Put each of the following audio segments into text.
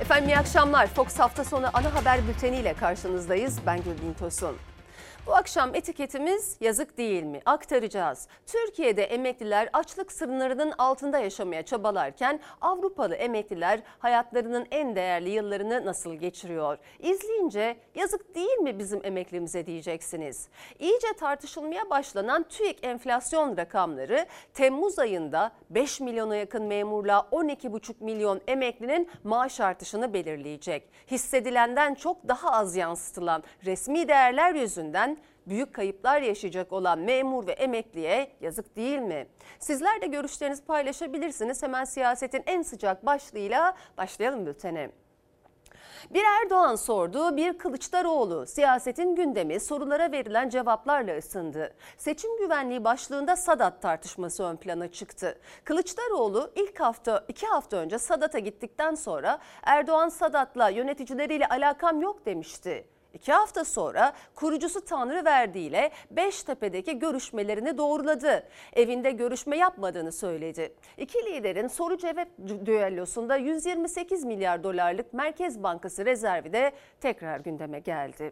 Efendim iyi akşamlar. Fox hafta sonu ana haber bülteniyle karşınızdayız. Ben Gülbin Tosun. Bu akşam etiketimiz yazık değil mi? Aktaracağız. Türkiye'de emekliler açlık sınırının altında yaşamaya çabalarken Avrupalı emekliler hayatlarının en değerli yıllarını nasıl geçiriyor? İzleyince yazık değil mi bizim emeklimize diyeceksiniz. İyice tartışılmaya başlanan TÜİK enflasyon rakamları Temmuz ayında 5 milyona yakın memurla 12,5 milyon emeklinin maaş artışını belirleyecek. Hissedilenden çok daha az yansıtılan resmi değerler yüzünden büyük kayıplar yaşayacak olan memur ve emekliye yazık değil mi? Sizler de görüşlerinizi paylaşabilirsiniz. Hemen siyasetin en sıcak başlığıyla başlayalım bültene. Bir Erdoğan sordu, bir Kılıçdaroğlu. Siyasetin gündemi sorulara verilen cevaplarla ısındı. Seçim güvenliği başlığında Sadat tartışması ön plana çıktı. Kılıçdaroğlu iki hafta önce Sadat'a gittikten sonra Erdoğan Sadat'la yöneticileriyle alakam yok demişti. 2 hafta sonra kurucusu Tanrıverdi ile Beştepe'deki görüşmelerini doğruladı. Evinde görüşme yapmadığını söyledi. İki liderin soru cevap düellosunda 128 milyar dolarlık Merkez Bankası rezervi de tekrar gündeme geldi.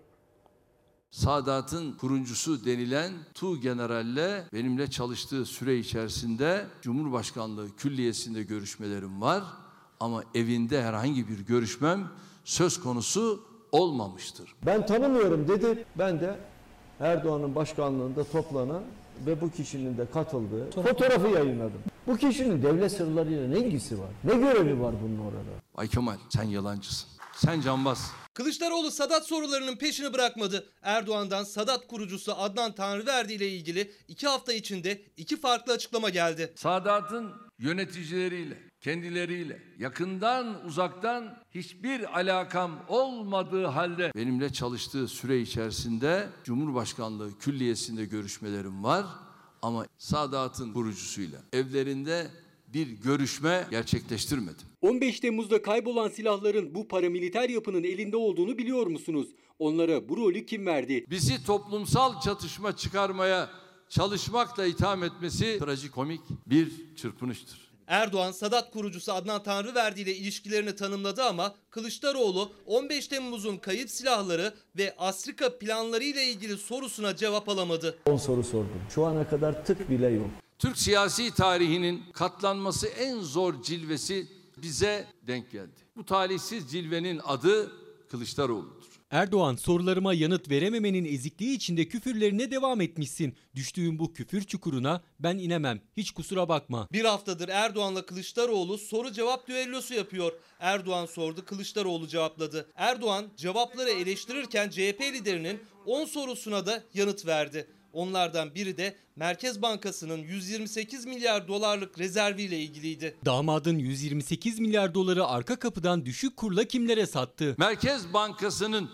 Sadat'ın kurucusu denilen Tuğgeneral'le benimle çalıştığı süre içerisinde Cumhurbaşkanlığı Külliyesi'nde görüşmelerim var. Ama evinde herhangi bir görüşmem söz konusu olmamıştır. Ben tanımıyorum dedi. Ben de Erdoğan'ın başkanlığında toplanan ve bu kişinin de katıldığı fotoğrafı yayınladım. Bu kişinin devlet sırlarıyla ne ilgisi var? Ne görevi var bunun orada? Ay Kemal, sen yalancısın. Sen cambaz. Kılıçdaroğlu Sadat sorularının peşini bırakmadı. Erdoğan'dan Sadat kurucusu Adnan Tanrıverdi ile ilgili 2 hafta içinde 2 farklı açıklama geldi. Sadat'ın yöneticileriyle, kendileriyle yakından uzaktan hiçbir alakam olmadığı halde benimle çalıştığı süre içerisinde Cumhurbaşkanlığı Külliyesi'nde görüşmelerim var. Ama Sadat'ın kurucusuyla evlerinde bir görüşme gerçekleştirmedim. 15 Temmuz'da kaybolan silahların bu paramiliter yapının elinde olduğunu biliyor musunuz? Onlara bu rolü kim verdi? Bizi toplumsal çatışma çıkarmaya çalışmakla itham etmesi trajikomik bir çırpınıştır. Erdoğan, Sadat kurucusu Adnan Tanrıverdi ile ilişkilerini tanımladı ama Kılıçdaroğlu 15 Temmuz'un kayıp silahları ve Astrika planları ile ilgili sorusuna cevap alamadı. 10 soru sordum. Şu ana kadar tık bile yok. Türk siyasi tarihinin katlanması en zor cilvesi bize denk geldi. Bu talihsiz cilvenin adı Kılıçdaroğlu'dur. Erdoğan, sorularıma yanıt verememenin ezikliği içinde küfürlerine devam etmişsin. Düştüğüm bu küfür çukuruna ben inemem. Hiç kusura bakma. Bir haftadır Erdoğan'la Kılıçdaroğlu soru cevap düellosu yapıyor. Erdoğan sordu, Kılıçdaroğlu cevapladı. Erdoğan cevapları eleştirirken CHP liderinin 10 sorusuna da yanıt verdi. Onlardan biri de Merkez Bankası'nın 128 milyar dolarlık rezerviyle ilgiliydi. Damadın 128 milyar doları arka kapıdan düşük kurla kimlere sattı? Merkez Bankası'nın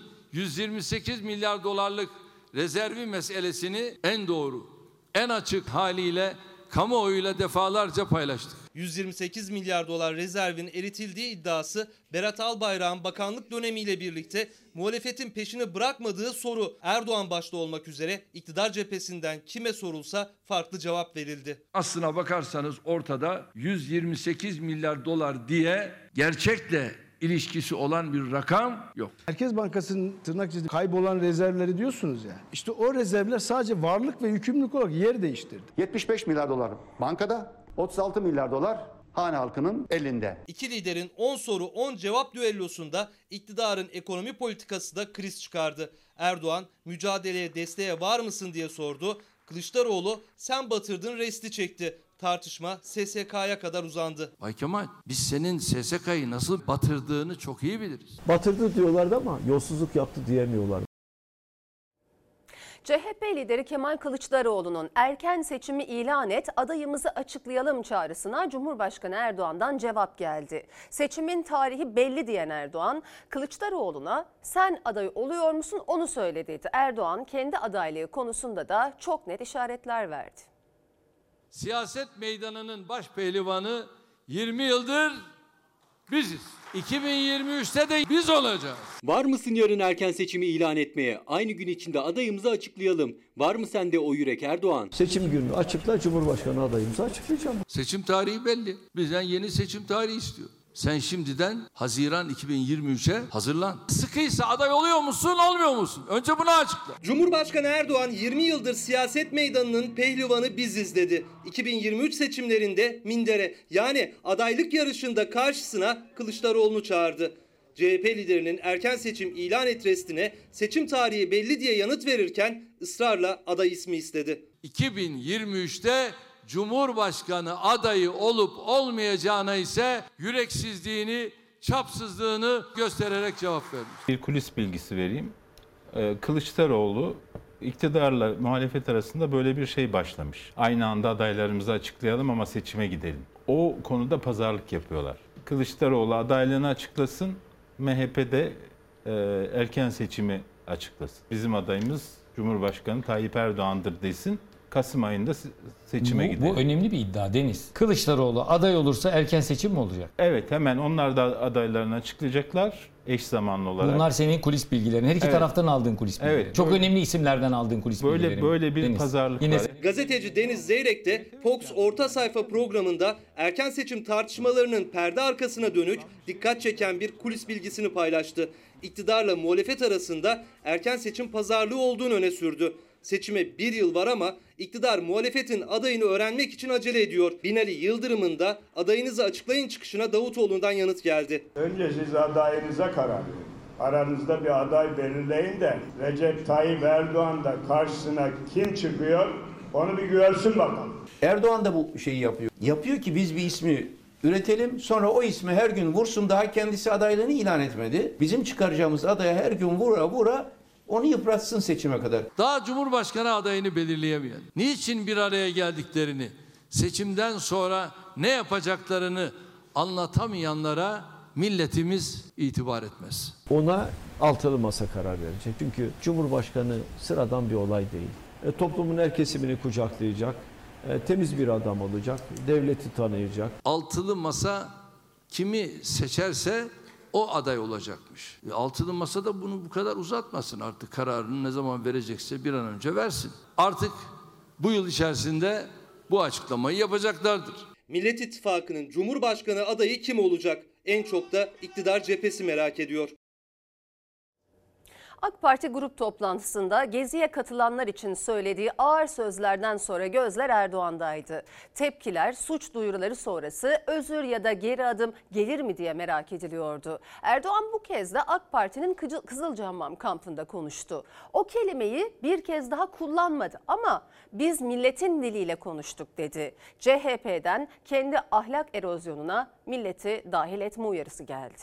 128 milyar dolarlık rezervi meselesini en doğru, en açık haliyle kamuoyuyla defalarca paylaştık. 128 milyar dolar rezervin eritildiği iddiası Berat Albayrak'ın bakanlık dönemiyle birlikte muhalefetin peşini bırakmadığı soru. Erdoğan başta olmak üzere iktidar cephesinden kime sorulsa farklı cevap verildi. Aslına bakarsanız ortada 128 milyar dolar diye gerçekle ilişkisi olan bir rakam yok. Merkez Bankası'nın tırnak içinde kaybolan rezervleri diyorsunuz ya. İşte o rezervler sadece varlık ve yükümlülük olarak yer değiştirdi. 75 milyar dolar bankada, 36 milyar dolar hane halkının elinde. İki liderin 10 soru 10 cevap düellosunda iktidarın ekonomi politikası da kriz çıkardı. Erdoğan mücadeleye desteğe var mısın diye sordu. Kılıçdaroğlu sen batırdın resti çekti. Tartışma SSK'ya kadar uzandı. Bay Kemal, biz senin SSK'yı nasıl batırdığını çok iyi biliriz. Batırdı diyorlardı ama yolsuzluk yaptı diyemiyorlar. CHP lideri Kemal Kılıçdaroğlu'nun erken seçimi ilan et, adayımızı açıklayalım çağrısına Cumhurbaşkanı Erdoğan'dan cevap geldi. Seçimin tarihi belli diyen Erdoğan, Kılıçdaroğlu'na sen aday oluyor musun onu söyle dedi. Erdoğan kendi adaylığı konusunda da çok net işaretler verdi. Siyaset meydanının baş pehlivanı 20 yıldır biziz. 2023'te de biz olacağız. Var mısın yarın erken seçimi ilan etmeye? Aynı gün içinde adayımızı açıklayalım. Var mı sende o yürek Erdoğan? Seçim günü açıkla, Cumhurbaşkanı adayımızı açıklayacağım. Seçim tarihi belli. Bizden yeni seçim tarihi istiyor. Sen şimdiden Haziran 2023'e hazırlan. Sıkıysa aday oluyor musun, olmuyor musun? Önce bunu açıkla. Cumhurbaşkanı Erdoğan 20 yıldır siyaset meydanının pehlivanı biziz dedi. 2023 seçimlerinde mindere, yani adaylık yarışında karşısına Kılıçdaroğlu'nu çağırdı. CHP liderinin erken seçim ilan et restine seçim tarihi belli diye yanıt verirken ısrarla aday ismi istedi. 2023'te Cumhurbaşkanı adayı olup olmayacağına ise yüreksizliğini, çapsızlığını göstererek cevap vermiş. Bir kulis bilgisi vereyim. Kılıçdaroğlu iktidarla muhalefet arasında böyle bir şey başlamış. Aynı anda adaylarımızı açıklayalım ama seçime gidelim. O konuda pazarlık yapıyorlar. Kılıçdaroğlu adaylığını açıklasın, MHP de erken seçimi açıklasın. Bizim adayımız Cumhurbaşkanı Tayyip Erdoğan'dır desin. Kasım ayında seçime gidelim. Bu önemli bir iddia Deniz. Kılıçdaroğlu aday olursa erken seçim mi olacak? Evet, hemen onlar da adaylarını açıklayacaklar eş zamanlı olarak. Bunlar senin kulis bilgilerin. Her iki taraftan aldığın kulis bilgileri. Evet, Çok önemli isimlerden aldığın kulis bilgileri. Böyle bir Deniz. pazarlık Yine var. Gazeteci Deniz Zeyrek de Fox Orta Sayfa programında erken seçim tartışmalarının perde arkasına dönük dikkat çeken bir kulis bilgisini paylaştı. İktidarla muhalefet arasında erken seçim pazarlığı olduğunu öne sürdü. Seçime 1 yıl var ama iktidar muhalefetin adayını öğrenmek için acele ediyor. Binali Yıldırım'ın da adayınızı açıklayın çıkışına Davutoğlu'ndan yanıt geldi. Önce siz adayınıza karar verin. Aranızda bir aday belirleyin de Recep Tayyip Erdoğan da karşısına kim çıkıyor onu bir görsün bakalım. Erdoğan da bu şeyi yapıyor. Yapıyor ki biz bir ismi üretelim, sonra o ismi her gün vursun, daha kendisi adaylığını ilan etmedi. Bizim çıkaracağımız adaya her gün vura onu yıpratsın seçime kadar. Daha Cumhurbaşkanı adayını belirleyemeyen, niçin bir araya geldiklerini, seçimden sonra ne yapacaklarını anlatamayanlara milletimiz itibar etmez. Ona altılı masa karar verecek. Çünkü Cumhurbaşkanı sıradan bir olay değil. Toplumun her kesimini kucaklayacak, temiz bir adam olacak, devleti tanıyacak. Altılı masa kimi seçerse o aday olacakmış. Altılı masa da bunu bu kadar uzatmasın, artık kararını ne zaman verecekse bir an önce versin. Artık bu yıl içerisinde bu açıklamayı yapacaklardır. Millet İttifakı'nın Cumhurbaşkanı adayı kim olacak? En çok da iktidar cephesi merak ediyor. AK Parti grup toplantısında Gezi'ye katılanlar için söylediği ağır sözlerden sonra gözler Erdoğan'daydı. Tepkiler, suç duyuruları sonrası özür ya da geri adım gelir mi diye merak ediliyordu. Erdoğan bu kez de AK Parti'nin Kızılcahamam kampında konuştu. O kelimeyi bir kez daha kullanmadı ama biz milletin diliyle konuştuk dedi. CHP'den kendi ahlak erozyonuna milleti dahil etme uyarısı geldi.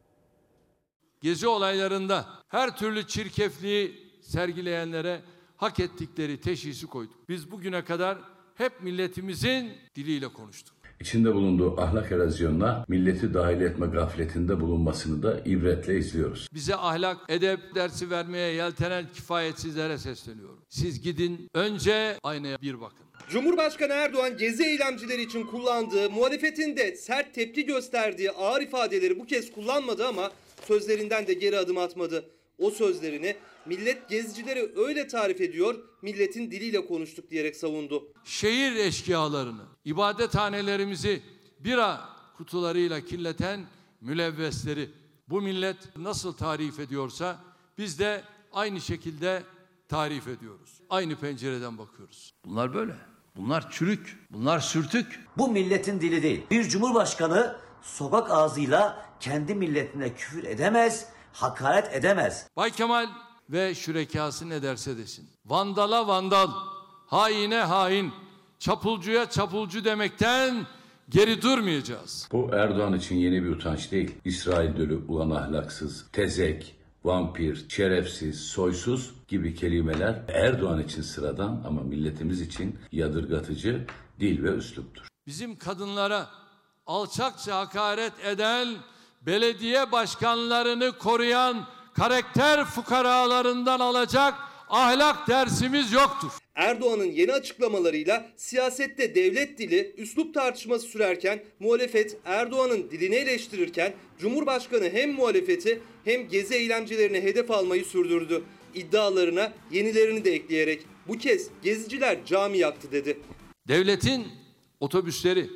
Gezi olaylarında her türlü çirkefliği sergileyenlere hak ettikleri teşhisi koyduk. Biz bugüne kadar hep milletimizin diliyle konuştuk. İçinde bulunduğu ahlak erozyonuna milleti dahil etme gafletinde bulunmasını da ibretle izliyoruz. Bize ahlak, edep dersi vermeye yeltenen kifayetsizlere sesleniyorum. Siz gidin, önce aynaya bir bakın. Cumhurbaşkanı Erdoğan gezi eylemcileri için kullandığı, muhalefetin de sert tepki gösterdiği ağır ifadeleri bu kez kullanmadı ama sözlerinden de geri adım atmadı. O sözlerini millet gezicileri öyle tarif ediyor, milletin diliyle konuştuk diyerek savundu. Şehir eşkıyalarını, ibadethanelerimizi bira kutularıyla kirleten mülevvesleri bu millet nasıl tarif ediyorsa biz de aynı şekilde tarif ediyoruz. Aynı pencereden bakıyoruz. Bunlar böyle. Bunlar çürük. Bunlar sürtük. Bu milletin dili değil. Bir cumhurbaşkanı sokak ağzıyla kendi milletine küfür edemez, hakaret edemez. Bay Kemal ve şürekası ne derse desin. Vandala vandal, haine hain, çapulcuya çapulcu demekten geri durmayacağız. Bu Erdoğan için yeni bir utanç değil. İsrail dölü, ulan ahlaksız, tezek, vampir, şerefsiz, soysuz gibi kelimeler Erdoğan için sıradan ama milletimiz için yadırgatıcı dil ve üsluptur. Bizim kadınlara alçakça hakaret eden, belediye başkanlarını koruyan karakter fukaralarından alacak ahlak dersimiz yoktur. Erdoğan'ın yeni açıklamalarıyla siyasette devlet dili, üslup tartışması sürerken muhalefet Erdoğan'ın dilini eleştirirken Cumhurbaşkanı hem muhalefeti hem gezi eylemcilerini hedef almayı sürdürdü. İddialarına yenilerini de ekleyerek bu kez geziciler cami yaktı dedi. Devletin otobüsleri,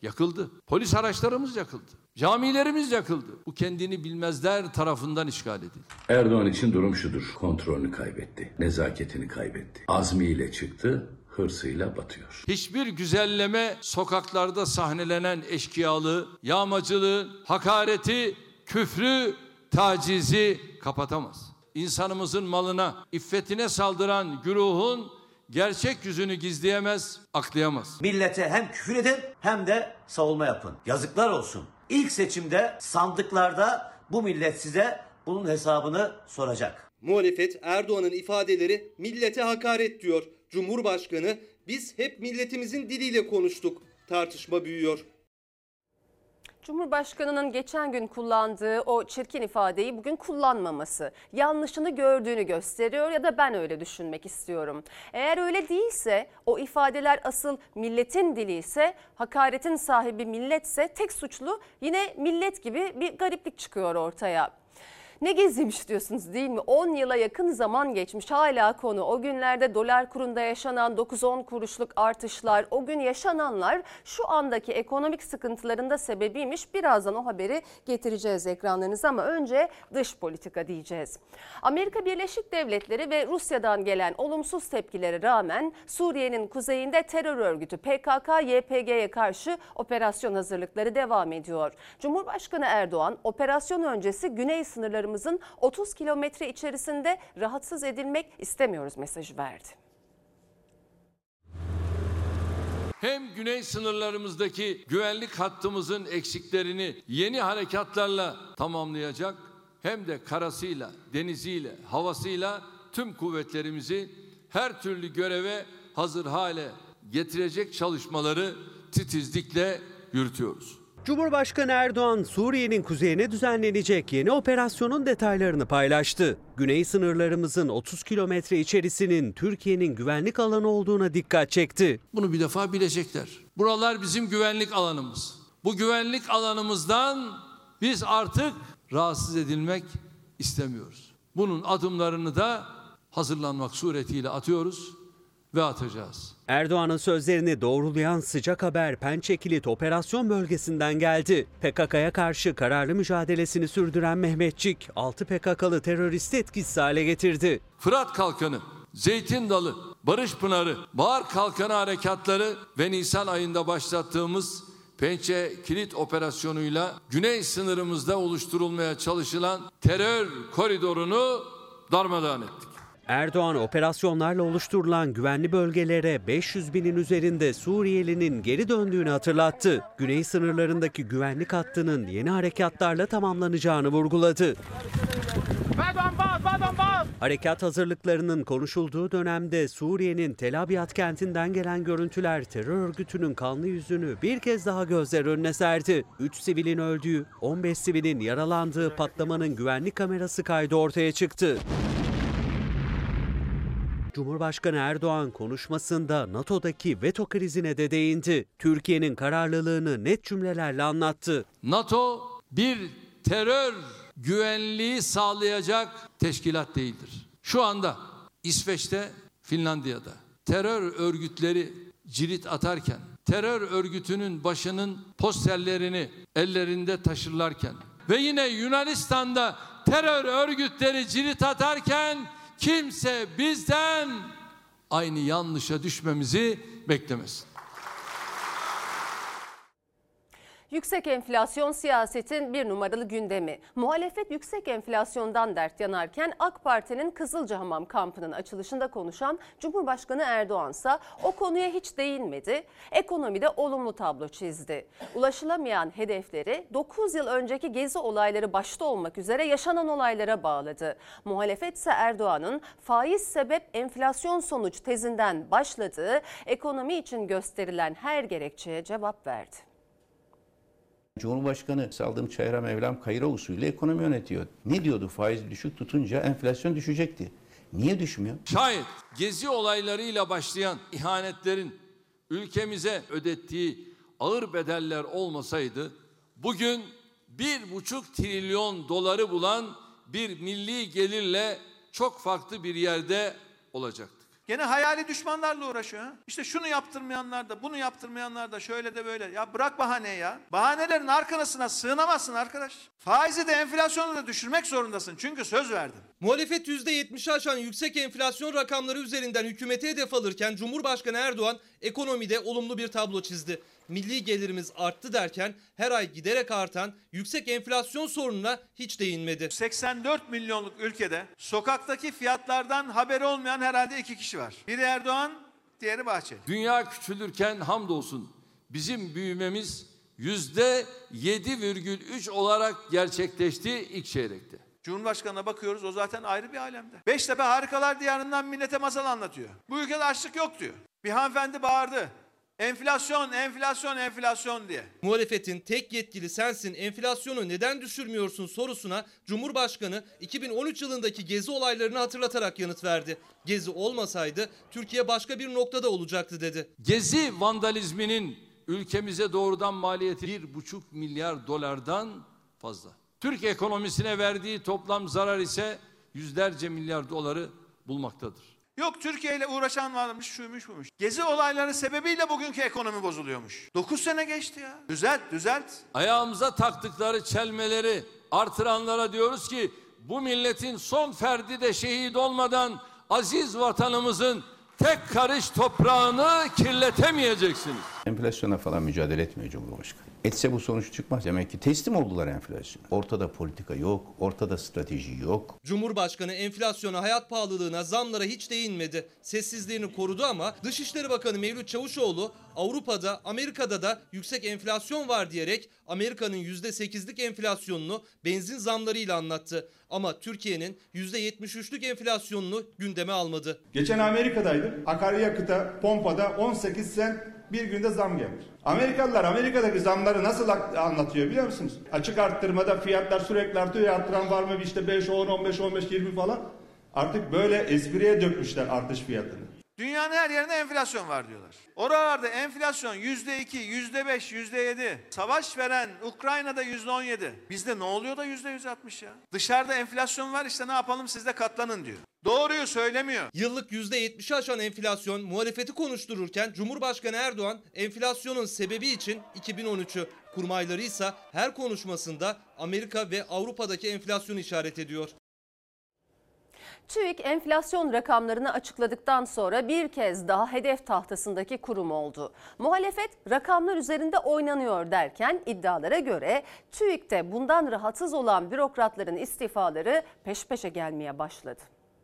yakıldı. Polis araçlarımız yakıldı. Camilerimiz yakıldı. Bu kendini bilmezler tarafından işgal edildi. Erdoğan için durum şudur. Kontrolünü kaybetti. Nezaketini kaybetti. Azmiyle çıktı, hırsıyla batıyor. Hiçbir güzelleme sokaklarda sahnelenen eşkıyalığı, yağmacılığı, hakareti, küfrü, tacizi kapatamaz. İnsanımızın malına, iffetine saldıran güruhun gerçek yüzünü gizleyemez, aklayamaz. Millete hem küfür edin hem de savunma yapın. Yazıklar olsun. İlk seçimde sandıklarda bu millet size bunun hesabını soracak. Muhalefet Erdoğan'ın ifadeleri millete hakaret diyor. Cumhurbaşkanı biz hep milletimizin diliyle konuştuk. Tartışma büyüyor. Cumhurbaşkanının geçen gün kullandığı o çirkin ifadeyi bugün kullanmaması yanlışını gördüğünü gösteriyor ya da ben öyle düşünmek istiyorum. Eğer öyle değilse, o ifadeler asıl milletin dili ise, hakaretin sahibi milletse tek suçlu yine millet gibi bir gariplik çıkıyor ortaya. Ne geziymiş diyorsunuz değil mi? 10 yıla yakın zaman geçmiş, hala konu. O günlerde dolar kurunda yaşanan 9-10 kuruşluk artışlar, o gün yaşananlar şu andaki ekonomik sıkıntıların da sebebiymiş. Birazdan o haberi getireceğiz ekranlarınıza ama önce dış politika diyeceğiz. Amerika Birleşik Devletleri ve Rusya'dan gelen olumsuz tepkilere rağmen Suriye'nin kuzeyinde terör örgütü PKK-YPG'ye karşı operasyon hazırlıkları devam ediyor. Cumhurbaşkanı Erdoğan operasyon öncesi güney sınırlarımızın 30 kilometre içerisinde rahatsız edilmek istemiyoruz mesajı verdi. Hem güney sınırlarımızdaki güvenlik hattımızın eksiklerini yeni harekatlarla tamamlayacak, hem de karasıyla, deniziyle, havasıyla tüm kuvvetlerimizi her türlü göreve hazır hale getirecek çalışmaları titizlikle yürütüyoruz. Cumhurbaşkanı Erdoğan, Suriye'nin kuzeyine düzenlenecek yeni operasyonun detaylarını paylaştı. Güney sınırlarımızın 30 kilometre içerisinin Türkiye'nin güvenlik alanı olduğuna dikkat çekti. Bunu bir defa bilecekler. Buralar bizim güvenlik alanımız. Bu güvenlik alanımızdan biz artık rahatsız edilmek istemiyoruz. Bunun adımlarını da hazırlanmak suretiyle atıyoruz ve atacağız. Erdoğan'ın sözlerini doğrulayan sıcak haber Pençe Kilit operasyon bölgesinden geldi. PKK'ya karşı kararlı mücadelesini sürdüren Mehmetçik, 6 PKK'lı teröristi etkisiz hale getirdi. Fırat Kalkanı, Zeytin Dalı, Barış Pınarı, Bahar Kalkanı harekatları ve Nisan ayında başlattığımız Pençe Kilit operasyonuyla güney sınırımızda oluşturulmaya çalışılan terör koridorunu darmadağın ettik. Erdoğan operasyonlarla oluşturulan güvenli bölgelere 500 binin üzerinde Suriyelinin geri döndüğünü hatırlattı. Güney sınırlarındaki güvenlik hattının yeni harekatlarla tamamlanacağını vurguladı. Harekat hazırlıklarının konuşulduğu dönemde Suriye'nin Tel Abyad kentinden gelen görüntüler terör örgütünün kanlı yüzünü bir kez daha gözler önüne serdi. 3 sivilin öldüğü, 15 sivilin yaralandığı patlamanın güvenlik kamerası kaydı ortaya çıktı. Cumhurbaşkanı Erdoğan konuşmasında NATO'daki veto krizine de değindi. Türkiye'nin kararlılığını net cümlelerle anlattı. NATO bir terör güvenliği sağlayacak teşkilat değildir. Şu anda İsveç'te, Finlandiya'da terör örgütleri cirit atarken, terör örgütünün başının posterlerini ellerinde taşırlarken ve yine Yunanistan'da terör örgütleri cirit atarken kimse bizden aynı yanlışa düşmemizi beklemesin. Yüksek enflasyon siyasetin bir numaralı gündemi. Muhalefet yüksek enflasyondan dert yanarken AK Parti'nin Kızılcahamam kampının açılışında konuşan Cumhurbaşkanı Erdoğan ise o konuya hiç değinmedi. Ekonomide olumlu tablo çizdi. Ulaşılamayan hedefleri 9 yıl önceki gezi olayları başta olmak üzere yaşanan olaylara bağladı. Muhalefet ise Erdoğan'ın faiz sebep enflasyon sonuç tezinden başladığı ekonomi için gösterilen her gerekçeye cevap verdi. Cumhurbaşkanı Saldım Çayra Mevlam Kayra usulü ekonomi yönetiyor. Ne diyordu? Faiz düşük tutunca enflasyon düşecekti. Niye düşmüyor? Şayet gezi olaylarıyla başlayan ihanetlerin ülkemize ödettiği ağır bedeller olmasaydı bugün 1,5 trilyon doları bulan bir milli gelirle çok farklı bir yerde olacaktık. Gene hayali düşmanlarla uğraşıyor. Ha? İşte şunu yaptırmayanlar da, bunu yaptırmayanlar da, şöyle de böyle. Ya bırak bahaneyi ya. Bahanelerin arkasına sığınamazsın arkadaş. Faizi de enflasyonu da düşürmek zorundasın. Çünkü söz verdin. Muhalefet %70'i aşan yüksek enflasyon rakamları üzerinden hükümete hedef alırken Cumhurbaşkanı Erdoğan ekonomide olumlu bir tablo çizdi. Milli gelirimiz arttı derken her ay giderek artan yüksek enflasyon sorununa hiç değinmedi. 84 milyonluk ülkede sokaktaki fiyatlardan haberi olmayan herhalde 2 kişi var. Biri Erdoğan, diğeri Bahçeli. Dünya küçülürken hamdolsun bizim büyümemiz %7,3 olarak gerçekleşti ilk çeyrekte. Cumhurbaşkanına bakıyoruz, o zaten ayrı bir alemde. Beştepe Harikalar Diyarı'ndan millete masal anlatıyor. Bu ülkede açlık yok diyor. Bir hanımefendi bağırdı. Enflasyon, enflasyon, enflasyon diye. Muhalefetin tek yetkili sensin, enflasyonu neden düşürmüyorsun sorusuna Cumhurbaşkanı 2013 yılındaki Gezi olaylarını hatırlatarak yanıt verdi. Gezi olmasaydı Türkiye başka bir noktada olacaktı dedi. Gezi vandalizminin ülkemize doğrudan maliyeti 1,5 milyar dolardan fazla. Türk ekonomisine verdiği toplam zarar ise yüzlerce milyar doları bulmaktadır. Yok Türkiye ile uğraşan varmış, şuymuş buymuş. Gezi olayları sebebiyle bugünkü ekonomi bozuluyormuş. 9 sene geçti ya. Düzelt. Ayağımıza taktıkları çelmeleri artıranlara diyoruz ki bu milletin son ferdi de şehit olmadan aziz vatanımızın tek karış toprağını kirletemeyeceksiniz. Enflasyona falan mücadele etmiyor Cumhurbaşkanı. Etse bu sonuç çıkmaz. Demek ki teslim oldular enflasyona. Ortada politika yok, ortada strateji yok. Cumhurbaşkanı enflasyona, hayat pahalılığına, zamlara hiç değinmedi. Sessizliğini korudu ama Dışişleri Bakanı Mevlüt Çavuşoğlu Avrupa'da, Amerika'da da yüksek enflasyon var diyerek Amerika'nın %8'lik enflasyonunu benzin zamlarıyla anlattı. Ama Türkiye'nin %73'lük enflasyonunu gündeme almadı. Geçen Amerika'daydım. Akaryakıta, pompada 18 sent bir günde zam gelmiş. Amerikalılar Amerika'daki zamları nasıl anlatıyor biliyor musunuz? Açık arttırmada fiyatlar sürekli artıyor. Arttıran var mı? İşte 5, 10, 15, 15, 20 falan. Artık böyle espriye dökmüşler artış fiyatını. Dünyanın her yerinde enflasyon var diyorlar. Oralarda enflasyon %2, %5, %7. Savaş veren Ukrayna'da %17. Bizde ne oluyor da %160 ya? Dışarıda enflasyon var, işte ne yapalım, siz de katlanın diyor. Doğruyu söylemiyor. Yıllık %70'i aşan enflasyon muhalefeti konuştururken Cumhurbaşkanı Erdoğan enflasyonun sebebi için 2013'ü, kurmayları ise her konuşmasında Amerika ve Avrupa'daki enflasyonu işaret ediyor. TÜİK enflasyon rakamlarını açıkladıktan sonra bir kez daha hedef tahtasındaki kurum oldu. Muhalefet rakamlar üzerinde oynanıyor derken iddialara göre TÜİK'te bundan rahatsız olan bürokratların istifaları peş peşe gelmeye başladı.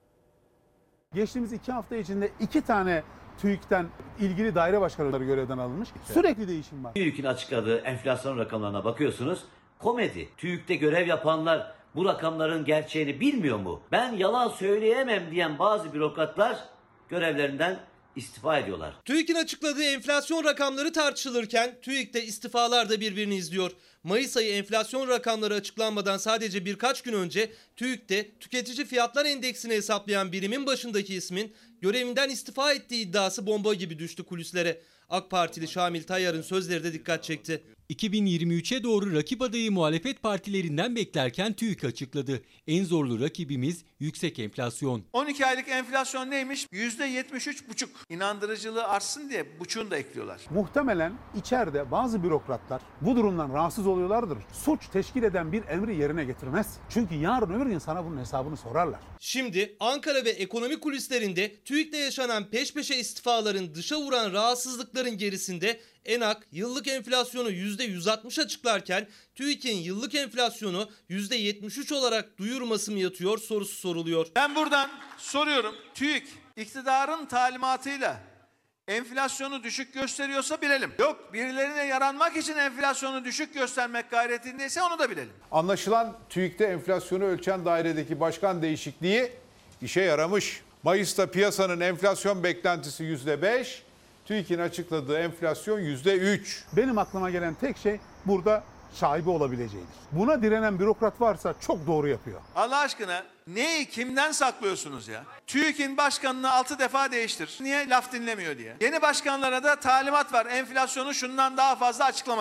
Geçtiğimiz 2 hafta içinde 2 tane TÜİK'ten ilgili daire başkanları görevden alınmış. Sürekli değişim var. TÜİK'in açıkladığı enflasyon rakamlarına bakıyorsunuz. Komedi. TÜİK'te görev yapanlar bu rakamların gerçeğini bilmiyor mu? Ben yalan söyleyemem diyen bazı bürokratlar görevlerinden istifa ediyorlar. TÜİK'in açıkladığı enflasyon rakamları tartışılırken TÜİK'te istifalar da birbirini izliyor. Mayıs ayı enflasyon rakamları açıklanmadan sadece birkaç gün önce TÜİK'te tüketici fiyatlar endeksini hesaplayan birimin başındaki ismin görevinden istifa ettiği iddiası bomba gibi düştü kulislere. AK Partili Şamil Tayyar'ın sözleri de dikkat çekti. 2023'e doğru rakip adayı muhalefet partilerinden beklerken TÜİK açıkladı. En zorlu rakibimiz yüksek enflasyon. 12 aylık enflasyon neymiş? %73,5. İnandırıcılığı artsın diye buçuğunu da ekliyorlar. Muhtemelen içeride bazı bürokratlar bu durumdan rahatsız oluyorlardır. Suç teşkil eden bir emri yerine getirmez. Çünkü yarın öbür gün sana bunun hesabını sorarlar. Şimdi Ankara ve ekonomi kulislerinde TÜİK'te yaşanan peş peşe istifaların, dışa vuran rahatsızlıkların gerisinde ENAK yıllık enflasyonu %160 açıklarken TÜİK'in yıllık enflasyonu %73 olarak duyurması mı yatıyor sorusu soruluyor. Ben buradan soruyorum. TÜİK iktidarın talimatıyla enflasyonu düşük gösteriyorsa bilelim. Yok, birilerine yaranmak için enflasyonu düşük göstermek gayretindeyse onu da bilelim. Anlaşılan TÜİK'te enflasyonu ölçen dairedeki başkan değişikliği işe yaramış. Mayıs'ta piyasanın enflasyon beklentisi %5, TÜİK'in açıkladığı enflasyon %3. Benim aklıma gelen tek şey burada şaibe olabileceğidir. Buna direnen bürokrat varsa çok doğru yapıyor. Allah aşkına neyi kimden saklıyorsunuz ya? TÜİK'in başkanını 6 defa değiştir. Niye? Laf dinlemiyor diye. Yeni başkanlara da talimat var. Enflasyonu şundan daha fazla açıklama diye.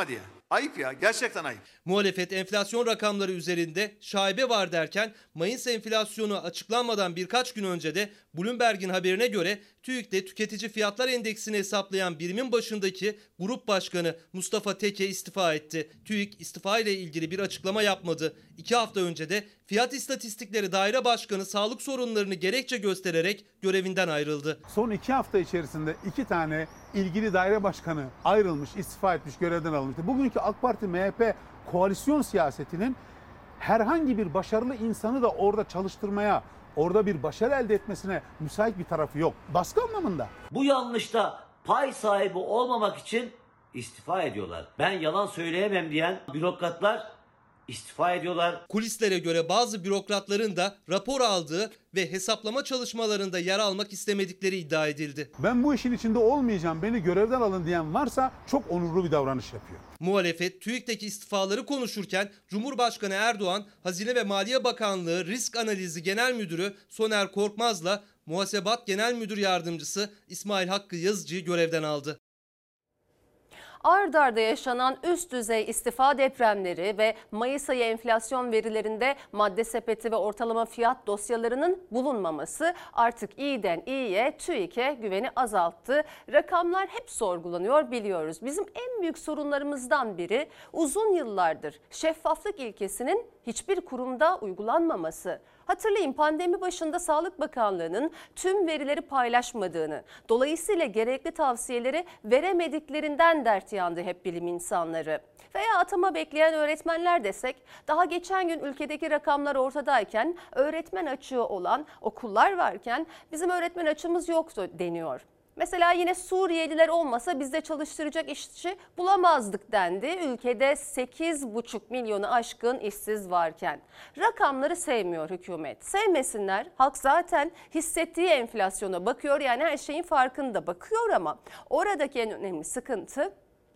Ayıp ya, gerçekten ayıp. Muhalefet enflasyon rakamları üzerinde şaibe var derken Mayıs enflasyonu açıklanmadan birkaç gün önce de Bloomberg'in haberine göre TÜİK'te tüketici fiyatlar endeksini hesaplayan birimin başındaki grup başkanı Mustafa Teke istifa etti. TÜİK istifa ile ilgili bir açıklama yapmadı. 2 hafta önce de Fiyat İstatistikleri Daire Başkanı sağlık sorunlarını gerekçe göstererek görevinden ayrıldı. Son 2 hafta içerisinde 2 tane ilgili daire başkanı ayrılmış, istifa etmiş, görevden alınmıştı. Bugünkü AK Parti MHP koalisyon siyasetinin herhangi bir başarılı insanı da orada çalıştırmaya, orada bir başarı elde etmesine müsait bir tarafı yok. Baskı anlamında. Bu yanlışta pay sahibi olmamak için istifa ediyorlar. Ben yalan söyleyemem diyen bürokratlar istifa ediyorlar. Kulislere göre bazı bürokratların da rapor aldığı ve hesaplama çalışmalarında yer almak istemedikleri iddia edildi. Ben bu işin içinde olmayacağım, beni görevden alın diyen varsa çok onurlu bir davranış yapıyor. Muhalefet TÜİK'teki istifaları konuşurken Cumhurbaşkanı Erdoğan, Hazine ve Maliye Bakanlığı Risk Analizi Genel Müdürü Soner Korkmaz'la Muhasebat Genel Müdür Yardımcısı İsmail Hakkı Yazıcı'yı görevden aldı. Ard arda yaşanan üst düzey istifa depremleri ve Mayıs ayı enflasyon verilerinde madde sepeti ve ortalama fiyat dosyalarının bulunmaması artık iyiden iyiye TÜİK'e güveni azalttı. Rakamlar hep sorgulanıyor biliyoruz. Bizim en büyük sorunlarımızdan biri uzun yıllardır şeffaflık ilkesinin hiçbir kurumda uygulanmaması. Hatırlayın, pandemi başında Sağlık Bakanlığı'nın tüm verileri paylaşmadığını, dolayısıyla gerekli tavsiyeleri veremediklerinden dert yandı hep bilim insanları. Veya atama bekleyen öğretmenler desek, daha geçen gün ülkedeki rakamlar ortadayken öğretmen açığı olan okullar varken bizim öğretmen açığımız yoktu deniyor. Mesela yine Suriyeliler olmasa bizde çalıştıracak işçi bulamazdık dendi. Ülkede 8,5 milyonu aşkın işsiz varken. Rakamları sevmiyor hükümet. Sevmesinler. Halk zaten hissettiği enflasyona bakıyor, yani her şeyin farkında bakıyor ama oradaki en önemli sıkıntı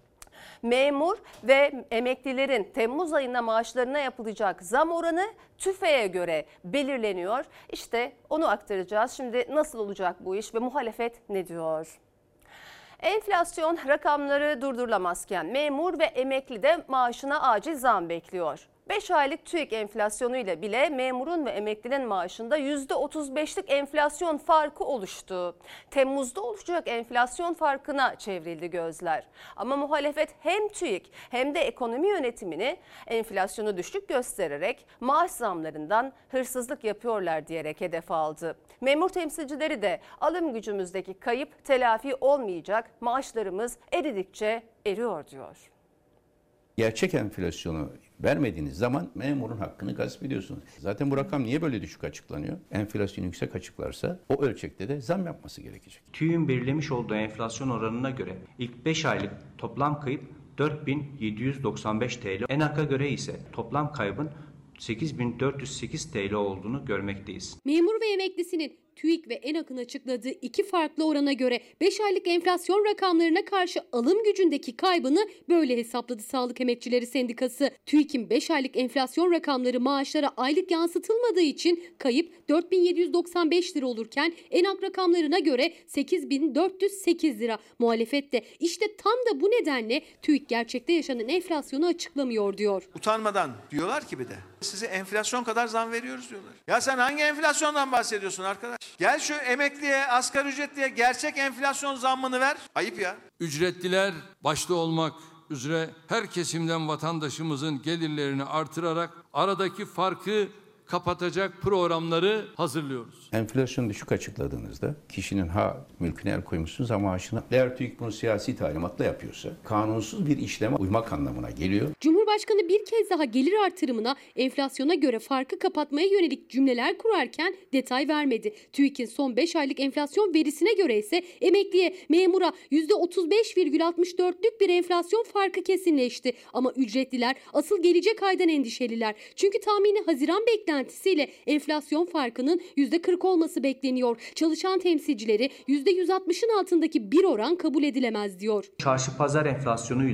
memur ve emeklilerin Temmuz ayında maaşlarına yapılacak zam oranı TÜFE'ye göre belirleniyor. İşte onu aktaracağız. Şimdi nasıl olacak bu iş ve muhalefet ne diyor? Enflasyon rakamları durdurulamazken memur ve emekli de maaşına acil zam bekliyor. 5 aylık TÜİK enflasyonuyla bile memurun ve emeklinin maaşında %35'lik enflasyon farkı oluştu. Temmuz'da oluşacak enflasyon farkına çevrildi gözler. Ama muhalefet hem TÜİK hem de ekonomi yönetimini enflasyonu düşük göstererek maaş zamlarından hırsızlık yapıyorlar diyerek hedef aldı. Memur temsilcileri de alım gücümüzdeki kayıp telafi olmayacak, maaşlarımız eridikçe eriyor diyor. Gerçek enflasyonu vermediğiniz zaman memurun hakkını gasp ediyorsunuz. Zaten bu rakam niye böyle düşük açıklanıyor? Enflasyon yüksek açıklarsa o ölçekte de zam yapması gerekecek. TÜİK'in belirlemiş olduğu enflasyon oranına göre ilk 5 aylık toplam kayıp 4.795 TL. ENAK'a göre ise toplam kaybın 8.408 TL olduğunu görmekteyiz. Memur ve emeklisinin TÜİK ve ENAK'ın açıkladığı iki farklı orana göre 5 aylık enflasyon rakamlarına karşı alım gücündeki kaybını böyle hesapladı Sağlık Emekçileri Sendikası. TÜİK'in 5 aylık enflasyon rakamları maaşlara aylık yansıtılmadığı için kayıp 4.795 lira olurken ENAK rakamlarına göre 8.408 lira. Muhalefet de işte tam da bu nedenle TÜİK gerçekte yaşanan enflasyonu açıklamıyor diyor. Utanmadan diyorlar ki bir de size enflasyon kadar zam veriyoruz diyorlar. Ya sen hangi enflasyondan bahsediyorsun arkadaş? Gel şu emekliye, asgari ücretliye gerçek enflasyon zammını ver. Ayıp ya. Ücretliler başta olmak üzere her kesimden vatandaşımızın gelirlerini artırarak aradaki farkı kapatacak programları hazırlıyoruz. Enflasyonu düşük açıkladığınızda kişinin mülküne el koymuşsunuz ama maaşını, eğer TÜİK bunu siyasi talimatla yapıyorsa kanunsuz bir işleme uymak anlamına geliyor. Cumhurbaşkanı bir kez daha gelir artırımına enflasyona göre farkı kapatmaya yönelik cümleler kurarken detay vermedi. TÜİK'in son 5 aylık enflasyon verisine göre ise emekliye, memura %35,64'lük bir enflasyon farkı kesinleşti. Ama ücretliler asıl gelecek aydan endişeliler. Çünkü tahmini Haziran beklentisiyle enflasyon farkının %40 olması bekleniyor. Çalışan temsilcileri %160'ın altındaki bir oran kabul edilemez diyor. Çarşı pazar enflasyonuyla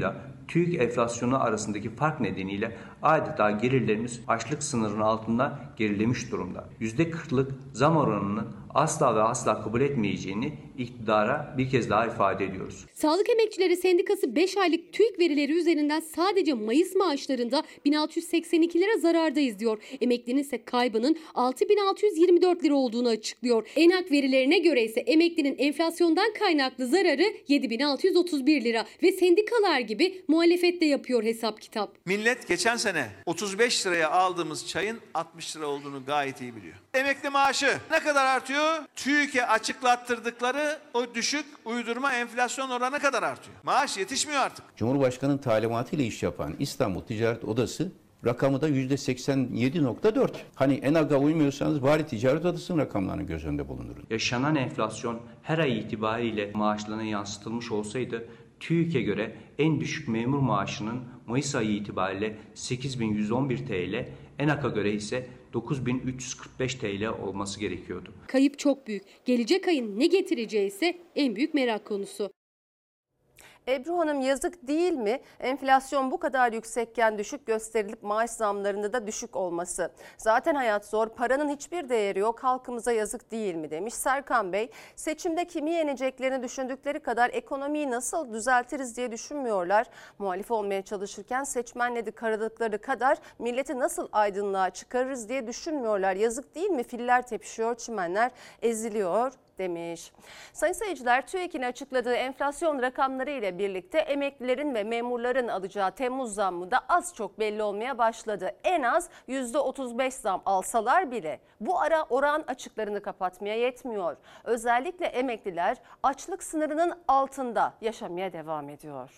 TÜİK enflasyonu arasındaki fark nedeniyle adeta gelirlerimiz açlık sınırının altında gerilemiş durumda. %40'lık zam oranını asla ve asla kabul etmeyeceğini iktidara bir kez daha ifade ediyoruz. Sağlık Emekçileri Sendikası 5 aylık TÜİK verileri üzerinden sadece Mayıs maaşlarında 1682 lira zarardayız diyor. Emeklinin ise kaybının 6624 lira olduğunu açıklıyor. ENAK verilerine göre ise emeklinin enflasyondan kaynaklı zararı 7631 lira ve sendikalar gibi muhalefet de yapıyor hesap kitap. Millet geçen sene 35 liraya aldığımız çayın 60 lira olduğunu gayet iyi biliyor. Emekli maaşı ne kadar artıyor? TÜİK'e açıklattırdıkları o düşük uydurma enflasyon oranı kadar artıyor. Maaş yetişmiyor artık. Cumhurbaşkanı'nın talimatıyla iş yapan İstanbul Ticaret Odası rakamı da %87.4. Hani ENAG'a uymuyorsanız bari Ticaret Odası'nın rakamlarını göz önünde bulundurun. Yaşanan enflasyon her ay itibariyle maaşlarına yansıtılmış olsaydı TÜİK'e göre en düşük memur maaşının Mayıs ayı itibariyle 8.111 TL, ENAK'a göre ise 9.345 TL olması gerekiyordu. Kayıp çok büyük. Gelecek ayın ne getireceği ise en büyük merak konusu. Ebru Hanım, yazık değil mi? Enflasyon bu kadar yüksekken düşük gösterilip maaş zamlarında da düşük olması. Zaten hayat zor, paranın hiçbir değeri yok, halkımıza yazık değil mi demiş. Serkan Bey, seçimde kimi yeneceklerini düşündükleri kadar ekonomiyi nasıl düzeltiriz diye düşünmüyorlar. Muhalif olmaya çalışırken seçmenleri karadıkları kadar milleti nasıl aydınlığa çıkarırız diye düşünmüyorlar. Yazık değil mi? Filler tepişiyor, çimenler eziliyor demiş. Sayın seyirciler, TÜİK'in açıkladığı enflasyon rakamları ile birlikte emeklilerin ve memurların alacağı Temmuz zammı da az çok belli olmaya başladı. En az %35 zam alsalar bile bu ara oran açıklarını kapatmaya yetmiyor. Özellikle emekliler açlık sınırının altında yaşamaya devam ediyor.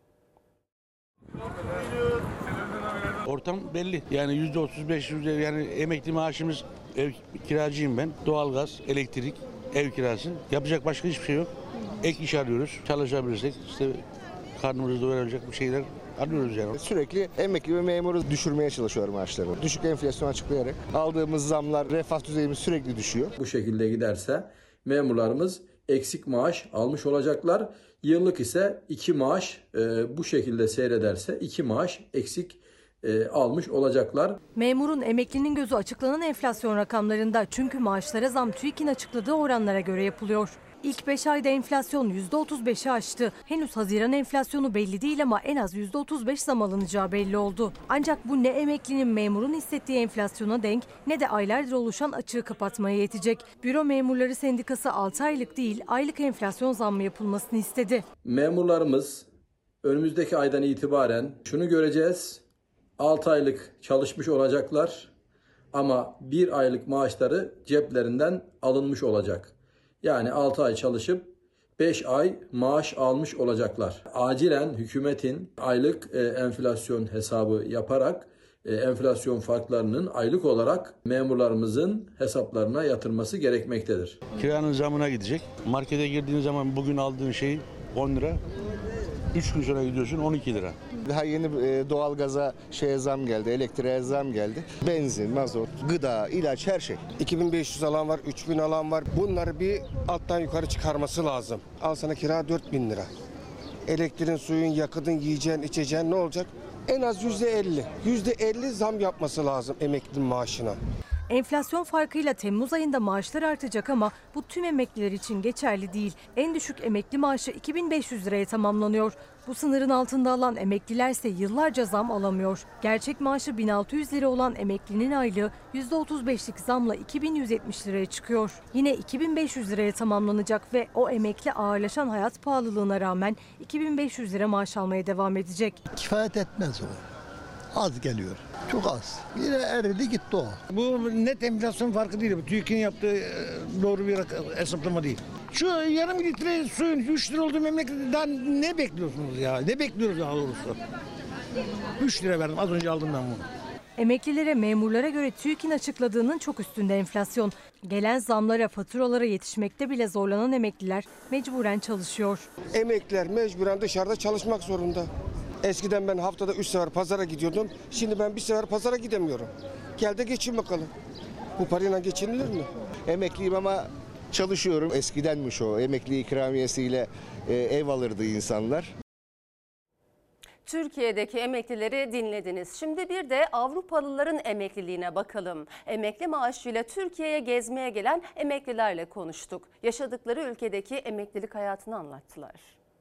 Ortam belli. Yani %35 yani emekli maaşımız, ev kiracıyım ben. Doğalgaz, elektrik, ev kirası. Yapacak başka hiçbir şey yok. Ek iş arıyoruz. Çalışabilirsek işte karnımızı doyuracak bir şeyler arıyoruz yani. Sürekli emekli ve memuru düşürmeye çalışıyorum maaşlarını. Düşük enflasyon açıklayarak aldığımız zamlar, refah düzeyimiz sürekli düşüyor. Bu şekilde giderse memurlarımız eksik maaş almış olacaklar. Yıllık ise 2 maaş bu şekilde seyrederse 2 maaş eksik almış olacaklar. Memurun, emeklinin gözü açıklanan enflasyon rakamlarında, çünkü maaşlara zam TÜİK'in açıkladığı oranlara göre yapılıyor. İlk 5 ayda enflasyon %35'i aştı. Henüz Haziran enflasyonu belli değil ama en az %35 zam alınacağı belli oldu. Ancak bu ne emeklinin, memurun hissettiği enflasyona denk ne de aylardır oluşan açığı kapatmaya yetecek. Büro Memurları Sendikası 6 aylık değil aylık enflasyon zammı yapılmasını istedi. Memurlarımız önümüzdeki aydan itibaren şunu göreceğiz. 6 aylık çalışmış olacaklar ama 1 aylık maaşları ceplerinden alınmış olacak. Yani 6 ay çalışıp 5 ay maaş almış olacaklar. Acilen hükümetin aylık enflasyon hesabı yaparak enflasyon farklarının aylık olarak memurlarımızın hesaplarına yatırması gerekmektedir. Kiranın zamına gidecek. Markete girdiğin zaman bugün aldığın şey 10 lira. 3 gün sonra gidiyorsun 12 lira. Daha yeni doğalgaza zam geldi, elektriğe zam geldi. Benzin, mazot, gıda, ilaç, her şey. 2500 alan var, 3000 alan var. Bunları bir alttan yukarı çıkarması lazım. Al sana kira 4000 lira. Elektriğin, suyun, yakıtın, yiyeceğin, içeceğin ne olacak? En az %50. %50 zam yapması lazım emeklinin maaşına. Enflasyon farkıyla Temmuz ayında maaşlar artacak ama bu tüm emekliler için geçerli değil. En düşük emekli maaşı 2500 liraya tamamlanıyor. Bu sınırın altında alan emekliler ise yıllarca zam alamıyor. Gerçek maaşı 1600 lira olan emeklinin aylığı %35'lik zamla 2170 liraya çıkıyor. Yine 2500 liraya tamamlanacak ve o emekli ağırlaşan hayat pahalılığına rağmen 2500 lira maaş almaya devam edecek. Kifayet etmez o. Az geliyor. Çok az. Yine eridi gitti o. Bu net enflasyon farkı değil. TÜİK'in yaptığı doğru bir hesaplama değil. Şu yarım litre suyun 3 lira olduğu memleketten ne bekliyorsunuz ya? Ne bekliyoruz daha doğrusu? 3 lira verdim. Az önce aldım ben bunu. Emeklilere, memurlara göre TÜİK'in açıkladığının çok üstünde enflasyon. Gelen zamlara, faturalara yetişmekte bile zorlanan emekliler mecburen çalışıyor. Emekliler mecburen dışarıda çalışmak zorunda. Eskiden ben haftada 3 sefer pazara gidiyordum. Şimdi ben bir sefer pazara gidemiyorum. Gel de geçin bakalım. Bu parayla geçinilir mi? Emekliyim ama çalışıyorum. Eskidenmiş o. Emekli ikramiyesiyle ev alırdı insanlar. Türkiye'deki emeklileri dinlediniz. Şimdi bir de Avrupalıların emekliliğine bakalım. Emekli maaşıyla Türkiye'ye gezmeye gelen emeklilerle konuştuk. Yaşadıkları ülkedeki emeklilik hayatını anlattılar.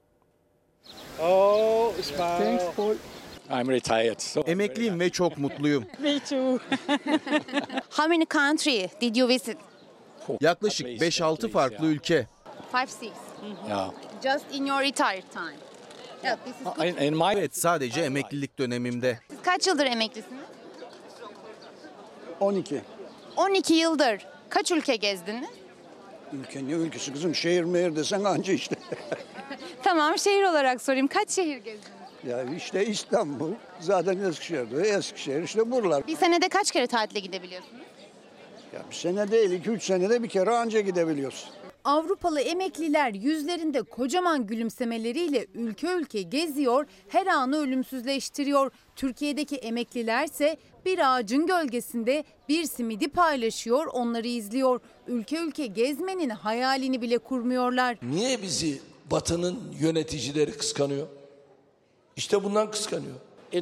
Emekliyim ve çok mutluyum. Me too. How many country did you visit? Yaklaşık 5-6 farklı ülke. 5-6. Just in your retired time. Yeah, this is good. Evet, sadece emeklilik dönemimde. Siz kaç yıldır emeklisiniz? 12. 12 yıldır. Kaç ülke gezdiniz? Ülke ne ülkesi kızım? Şehir mehir desen anca işte. Tamam, şehir olarak sorayım. Kaç şehir gezdiniz? Ya işte İstanbul, zaten Eskişehir işte buralar. Bir senede kaç kere tatile gidebiliyorsunuz? Ya bir sene değil, 2-3 senede bir kere anca gidebiliyorsun. Avrupalı emekliler yüzlerinde kocaman gülümsemeleriyle ülke ülke geziyor, her anı ölümsüzleştiriyor. Türkiye'deki emeklilerse bir ağacın gölgesinde bir simidi paylaşıyor, onları izliyor. Ülke ülke gezmenin hayalini bile kurmuyorlar. Niye bizi Batı'nın yöneticileri kıskanıyor? İşte bundan kıskanıyor.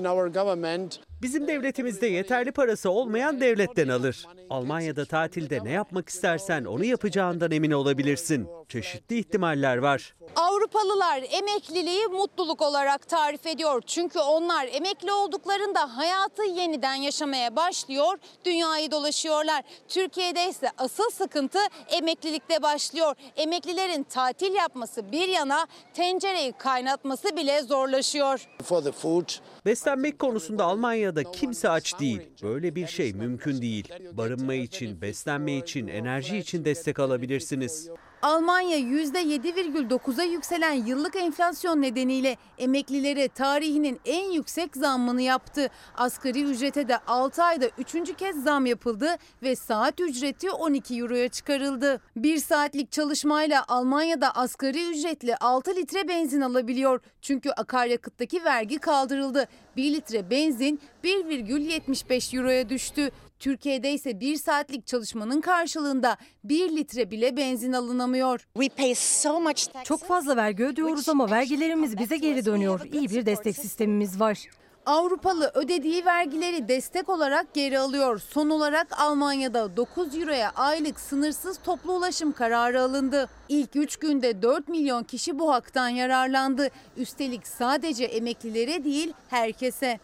Bizim devletimizde yeterli parası olmayan devletten alır. Almanya'da tatilde ne yapmak istersen onu yapacağından emin olabilirsin. Çeşitli ihtimaller var. Avrupalılar emekliliği mutluluk olarak tarif ediyor. Çünkü onlar emekli olduklarında hayatı yeniden yaşamaya başlıyor, dünyayı dolaşıyorlar. Türkiye'de ise asıl sıkıntı emeklilikte başlıyor. Emeklilerin tatil yapması bir yana tencereyi kaynatması bile zorlaşıyor. Beslenmek konusunda Almanya'da kimse aç değil. Böyle bir şey mümkün değil. Barınma için, beslenme için, enerji için destek alabilirsiniz. Almanya %7,9'a yükselen yıllık enflasyon nedeniyle emeklilere tarihinin en yüksek zammını yaptı. Asgari ücrete de 6 ayda 3. kez zam yapıldı ve saat ücreti 12 euroya çıkarıldı. 1 saatlik çalışmayla Almanya'da asgari ücretli 6 litre benzin alabiliyor. Çünkü akaryakıttaki vergi kaldırıldı. 1 litre benzin 1,75 euroya düştü. Türkiye'de ise 1 saatlik çalışmanın karşılığında 1 litre bile benzin alınamıyor. Çok fazla vergi ödüyoruz ama vergilerimiz bize geri dönüyor. İyi bir destek sistemimiz var. Avrupalı ödediği vergileri destek olarak geri alıyor. Son olarak Almanya'da 9 euroya aylık sınırsız toplu ulaşım kararı alındı. İlk 3 günde 4 milyon kişi bu haktan yararlandı. Üstelik sadece emeklilere değil herkese.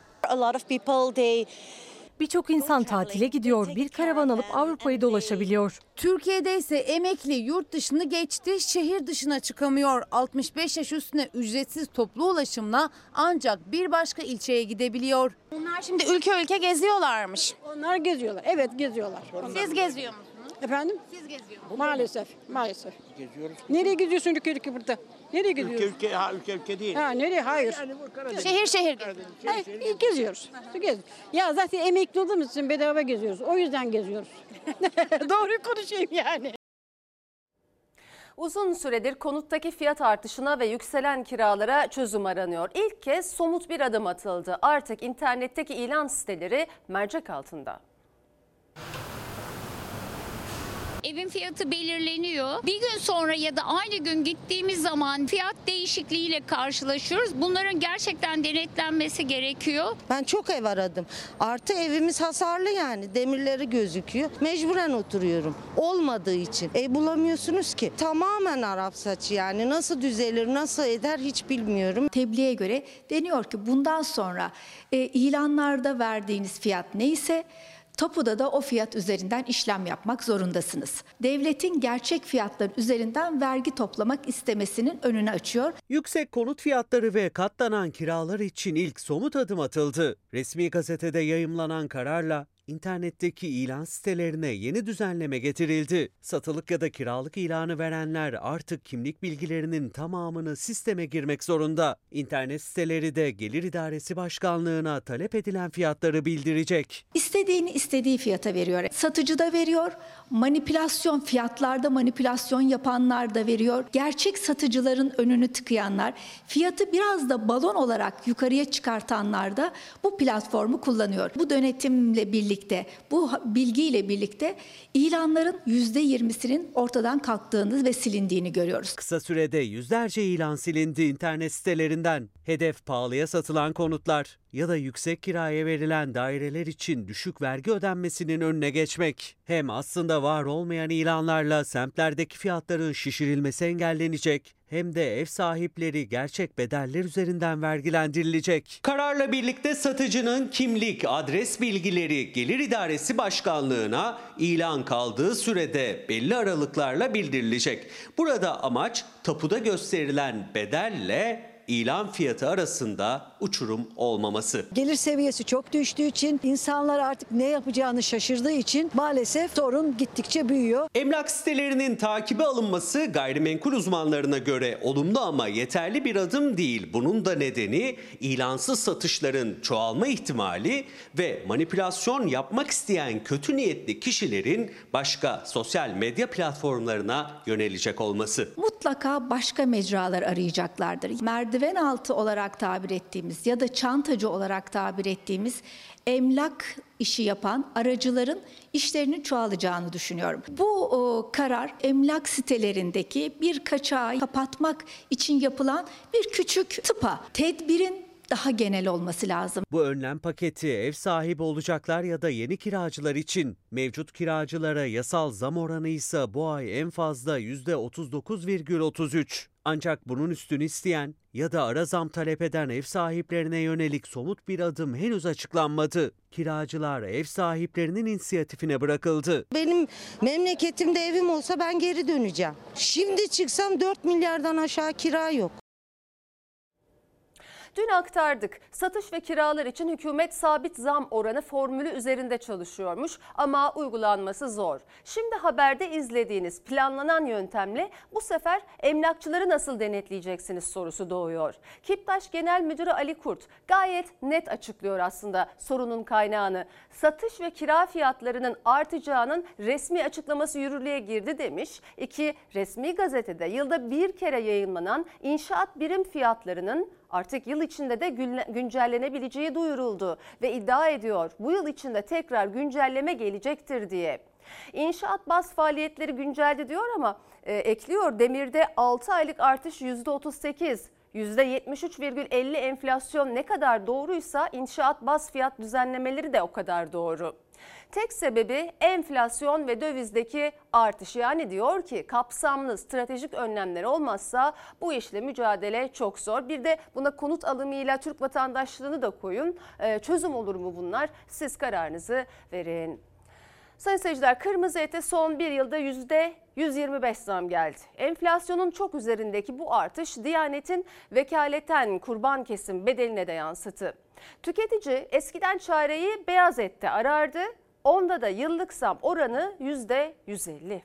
Birçok insan tatile gidiyor, bir karavan alıp Avrupa'yı dolaşabiliyor. Türkiye'de ise emekli yurt dışını geçti, şehir dışına çıkamıyor. 65 yaş üstüne ücretsiz toplu ulaşımla ancak bir başka ilçeye gidebiliyor. Onlar şimdi ülke ülke geziyorlarmış. Onlar geziyorlar, evet geziyorlar. Siz geziyor musunuz? Efendim? Siz geziyor musunuz? Maalesef. Geziyoruz. Nereye gidiyorsun ülke burada? Nereye gidiyorsun? Ülke değil. Ha, nereye? Hayır. Şehir geziyoruz. Geziyoruz. Ya zaten emekli olduğumuz için bedava geziyoruz. O yüzden geziyoruz. Doğruyu konuşayım yani. Uzun süredir konuttaki fiyat artışına ve yükselen kiralara çözüm aranıyor. İlk kez somut bir adım atıldı. Artık internetteki ilan siteleri mercek altında. Evin fiyatı belirleniyor. Bir gün sonra ya da aynı gün gittiğimiz zaman fiyat değişikliğiyle karşılaşıyoruz. Bunların gerçekten denetlenmesi gerekiyor. Ben çok ev aradım. Artı evimiz hasarlı yani. Demirleri gözüküyor. Mecburen oturuyorum. Olmadığı için. Bulamıyorsunuz ki. Tamamen Arap saçı yani. Nasıl düzelir, nasıl eder hiç bilmiyorum. Tebliğe göre deniyor ki bundan sonra ilanlarda verdiğiniz fiyat neyse tapuda da o fiyat üzerinden işlem yapmak zorundasınız. Devletin gerçek fiyatların üzerinden vergi toplamak istemesinin önünü açıyor. Yüksek konut fiyatları ve katlanan kiralar için ilk somut adım atıldı. Resmi gazetede yayımlanan kararla internetteki ilan sitelerine yeni düzenleme getirildi. Satılık ya da kiralık ilanı verenler artık kimlik bilgilerinin tamamını sisteme girmek zorunda. İnternet siteleri de Gelir İdaresi Başkanlığı'na talep edilen fiyatları bildirecek. İstediğini istediği fiyata veriyor. Satıcı da veriyor, manipülasyon fiyatlarda manipülasyon yapanlar da veriyor. Gerçek satıcıların önünü tıkayanlar, fiyatı biraz da balon olarak yukarıya çıkartanlar da bu platformu kullanıyor. Bu denetimle birlikte birlikte, bu bilgiyle birlikte ilanların %20'sinin ortadan kalktığını ve silindiğini görüyoruz. Kısa sürede yüzlerce ilan silindi internet sitelerinden. Hedef pahalıya satılan konutlar ya da yüksek kiraya verilen daireler için düşük vergi ödenmesinin önüne geçmek. Hem aslında var olmayan ilanlarla semtlerdeki fiyatların şişirilmesi engellenecek, hem de ev sahipleri gerçek bedeller üzerinden vergilendirilecek. Kararla birlikte satıcının kimlik, adres bilgileri Gelir İdaresi Başkanlığı'na ilan kaldığı sürede belli aralıklarla bildirilecek. Burada amaç tapuda gösterilen bedelle ilan fiyatı arasında uçurum olmaması. Gelir seviyesi çok düştüğü için, insanlar artık ne yapacağını şaşırdığı için maalesef sorun gittikçe büyüyor. Emlak sitelerinin takibe alınması gayrimenkul uzmanlarına göre olumlu ama yeterli bir adım değil. Bunun da nedeni ilansız satışların çoğalma ihtimali ve manipülasyon yapmak isteyen kötü niyetli kişilerin başka sosyal medya platformlarına yönelecek olması. Mutlaka başka mecralar arayacaklardır. Merdiven altı olarak tabir ettiğimiz ya da çantacı olarak tabir ettiğimiz emlak işi yapan aracıların işlerinin çoğalacağını düşünüyorum. Bu karar emlak sitelerindeki bir kaçağı kapatmak için yapılan bir küçük tıpa. Tedbirin daha genel olması lazım. Bu önlem paketi ev sahibi olacaklar ya da yeni kiracılar için. Mevcut kiracılara yasal zam oranı ise bu ay en fazla %39,33. Ancak bunun üstünü isteyen ya da ara zam talep eden ev sahiplerine yönelik somut bir adım henüz açıklanmadı. Kiracılar ev sahiplerinin inisiyatifine bırakıldı. Benim memleketimde evim olsa ben geri döneceğim. Şimdi çıksam 4 milyardan aşağı kira yok. Dün aktardık. Satış ve kiralar için hükümet sabit zam oranı formülü üzerinde çalışıyormuş ama uygulanması zor. Şimdi haberde izlediğiniz planlanan yöntemle bu sefer emlakçıları nasıl denetleyeceksiniz sorusu doğuyor. Kiptaş Genel Müdürü Ali Kurt gayet net açıklıyor aslında sorunun kaynağını. Satış ve kira fiyatlarının artacağının resmi açıklaması yürürlüğe girdi demiş. İki resmi gazetede yılda bir kere yayınlanan inşaat birim fiyatlarının artık yıl içinde de güncellenebileceği duyuruldu ve iddia ediyor bu yıl içinde tekrar güncelleme gelecektir diye. İnşaat baz faaliyetleri güncelde diyor ama ekliyor demirde 6 aylık artış %38. %73,50 enflasyon ne kadar doğruysa inşaat baz fiyat düzenlemeleri de o kadar doğru. Tek sebebi enflasyon ve dövizdeki artış. Yani diyor ki kapsamlı stratejik önlemler olmazsa bu işle mücadele çok zor. Bir de buna konut alımıyla Türk vatandaşlığını da koyun. Çözüm olur mu bunlar? Siz kararınızı verin. Sayın seyirciler, kırmızı ete son bir yılda %125 zam geldi. Enflasyonun çok üzerindeki bu artış Diyanet'in vekaleten kurban kesim bedeline de yansıtı. Tüketici eskiden çareyi beyaz ette arardı. Onda da yıllık zam oranı %150.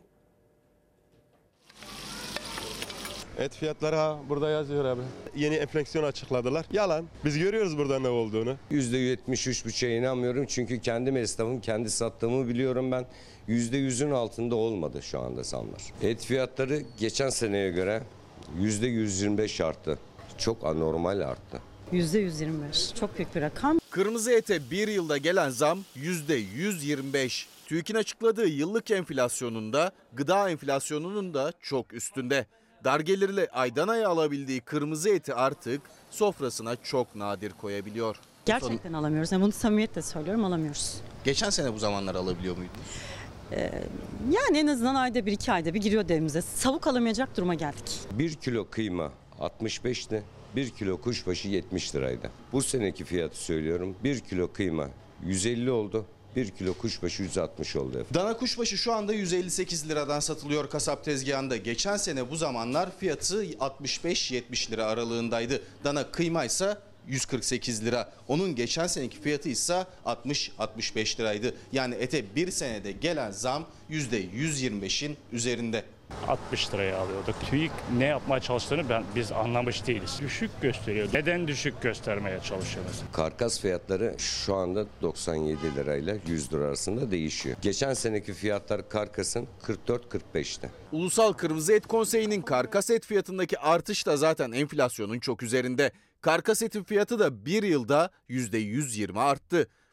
Et fiyatları burada yazıyor abi. Yeni enflasyon açıkladılar. Yalan. Biz görüyoruz burada ne olduğunu. %73,5'e inanmıyorum çünkü kendim esnafım, kendi sattığımı biliyorum ben. %100'ün altında olmadı şu anda zamlar. Et fiyatları geçen seneye göre %125 arttı. Çok anormal arttı. %125. Çok büyük bir rakam. Kırmızı ete bir yılda gelen zam %125. TÜİK'in açıkladığı yıllık enflasyonunda gıda enflasyonunun da çok üstünde. Dar gelirli aydan aya alabildiği kırmızı eti artık sofrasına çok nadir koyabiliyor. Gerçekten alamıyoruz. Yani bunu samimiyetle söylüyorum, alamıyoruz. Geçen sene bu zamanlar alabiliyor muydunuz? Yani en azından ayda bir, 2 ayda bir giriyor evimize. Tavuk alamayacak duruma geldik. 1 kilo kıyma 65'ti. 1 kilo kuşbaşı 70 liraydı. Bu seneki fiyatı söylüyorum. 1 kilo kıyma 150 oldu. 1 kilo kuşbaşı 160 oldu efendim. Dana kuşbaşı şu anda 158 liradan satılıyor kasap tezgahında. Geçen sene bu zamanlar fiyatı 65-70 lira aralığındaydı. Dana kıyma ise 148 lira. Onun geçen seneki fiyatı ise 60-65 liraydı. Yani ete bir senede gelen zam %125'in üzerinde. 60 liraya alıyorduk. TÜİK ne yapmaya çalıştığını biz anlamış değiliz. Düşük gösteriyor. Neden düşük göstermeye çalışıyoruz? Karkas fiyatları şu anda 97 lirayla 100 lira arasında değişiyor. Geçen seneki fiyatlar karkasın 44-45'ti. Ulusal Kırmızı Et Konseyi'nin karkas et fiyatındaki artış da zaten enflasyonun çok üzerinde. Karkas etin fiyatı da bir yılda %120 arttı.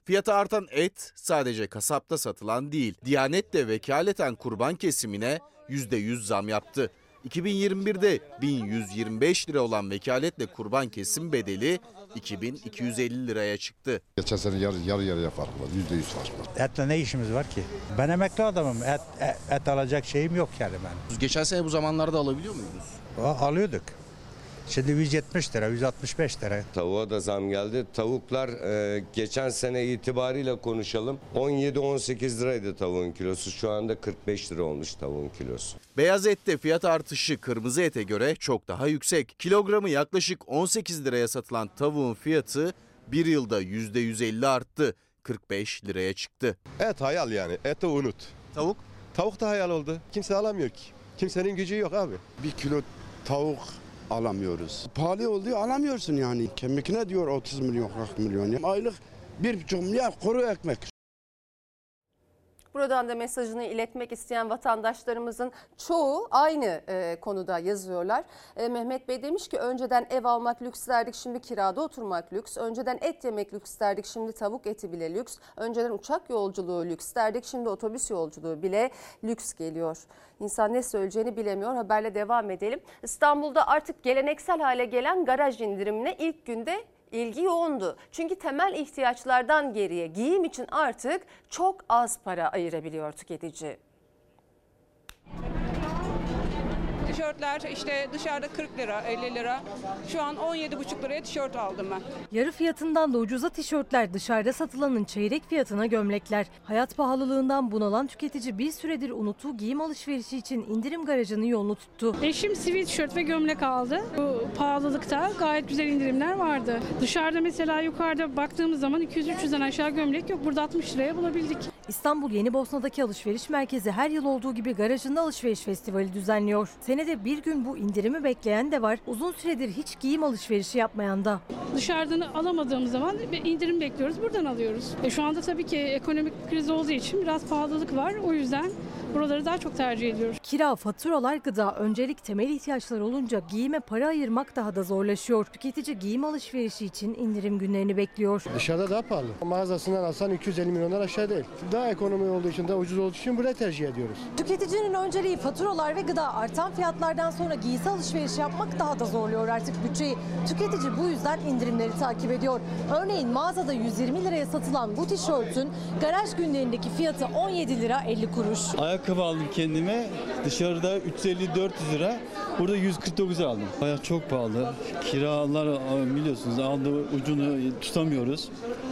Fiyatı artan et sadece kasapta satılan değil. Diyanet de vekaleten kurban kesimine %100 zam yaptı. 2021'de 1125 lira olan vekaletle kurban kesim bedeli 2250 liraya çıktı. Geçen sene yarı yarıya fark var, %100 fark var. Etle ne işimiz var ki? Ben emekli adamım, et alacak şeyim yok yani ben. Geçen sene bu zamanlarda alabiliyor muydunuz? Alıyorduk. Şimdi 170 lira, 165 lira. Tavuğa da zam geldi. Tavuklar geçen sene itibariyle konuşalım. 17-18 liraydı tavuğun kilosu. Şu anda 45 lira olmuş tavuğun kilosu. Beyaz ette fiyat artışı kırmızı ete göre çok daha yüksek. Kilogramı yaklaşık 18 liraya satılan tavuğun fiyatı bir yılda %150 arttı. 45 liraya çıktı. Et hayal yani. Eti unut. Tavuk? Tavuk da hayal oldu. Kimse alamıyor ki. Kimsenin gücü yok abi. 1 kilo tavuk alamıyoruz. Pahalı oldu, alamıyorsun yani. Kemik ne diyor 30 milyon 40 milyon. Aylık 1,5 milyar kuru ekmek. Buradan da mesajını iletmek isteyen vatandaşlarımızın çoğu aynı konuda yazıyorlar. Mehmet Bey demiş ki önceden ev almak lüks derdik, şimdi kirada oturmak lüks. Önceden et yemek lüks derdik, şimdi tavuk eti bile lüks. Önceden uçak yolculuğu lüks derdik, şimdi otobüs yolculuğu bile lüks geliyor. İnsan ne söyleyeceğini bilemiyor. Haberle devam edelim. İstanbul'da artık geleneksel hale gelen garaj indirimine ilk günde İlgi yoğundu. Çünkü temel ihtiyaçlardan geriye giyim için artık çok az para ayırabiliyor tüketici. Tişörtler işte dışarıda 40 lira, 50 lira. Şu an 17,5 liraya tişört aldım ben. Yarı fiyatından da ucuza tişörtler, dışarıda satılanın çeyrek fiyatına gömlekler. Hayat pahalılığından bunalan tüketici bir süredir unuttuğu giyim alışverişi için indirim garajını yolunu tuttu. Eşim sivil tişört ve gömlek aldı. Bu pahalılıkta gayet güzel indirimler vardı. Dışarıda mesela yukarıda baktığımız zaman 200-300'den aşağı gömlek yok. Burada 60 liraya bulabildik. İstanbul Yenibosna'daki alışveriş merkezi her yıl olduğu gibi garajında alışveriş festivali düzenliyor. Senede bir gün bu indirimi bekleyen de var. Uzun süredir hiç giyim alışverişi yapmayan da. Dışarıdan alamadığımız zaman bir indirim bekliyoruz. Buradan alıyoruz. Şu anda tabii ki ekonomik kriz olduğu için biraz pahalılık var. O yüzden buraları daha çok tercih ediyoruz. Kira, faturalar, gıda, öncelik temel ihtiyaçlar olunca giyime para ayırmak daha da zorlaşıyor. Tüketici giyim alışverişi için indirim günlerini bekliyor. Dışarıda daha pahalı. Mağazasından alsan 250 milyondan aşağı değil. Daha ekonomi olduğu için, daha ucuz olduğu için burayı tercih ediyoruz. Tüketicinin önceliği faturalar ve gıda. Artan fiyatlardan sonra giysi alışverişi yapmak daha da zorluyor artık bütçeyi. Tüketici bu yüzden indirimleri takip ediyor. Örneğin mağazada 120 liraya satılan bu tişörtün garaj günlerindeki fiyatı 17 lira 50 kuruş. Ayakkabı aldım kendime. Dışarıda 350-400 lira. Burada 149 lira aldım. Hayat çok pahalı. Kiralar biliyorsunuz aldığı ucunu tutamıyoruz.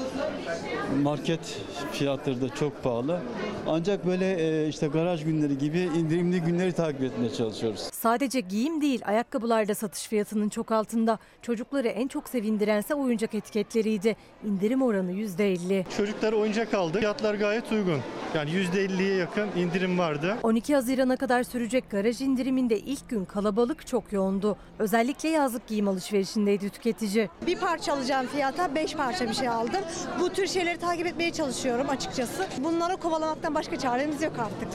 Market fiyatları da çok pahalı. Ancak böyle işte garaj günleri gibi indirimli günleri takip etmeye çalışıyoruz. Sadece giyim değil, ayakkabılarda satış fiyatının çok altında. Çocukları en çok sevindirense oyuncak etiketleriydi. İndirim oranı %50. Çocuklara oyuncak aldık. Fiyatlar gayet uygun. Yani %50'ye yakın indirim vardı. 12 Haziran'a kadar sürecek garaj indiriminde ilk gün kalabalık çok yoğundu. Özellikle yazlık giyim alışverişindeydi tüketici. Bir parça alacağım fiyata 5 parça bir şey aldım. Bu tür şeyleri takip etmeye çalışıyorum açıkçası. Bunları kovalamaktan başka çaremiz yok artık.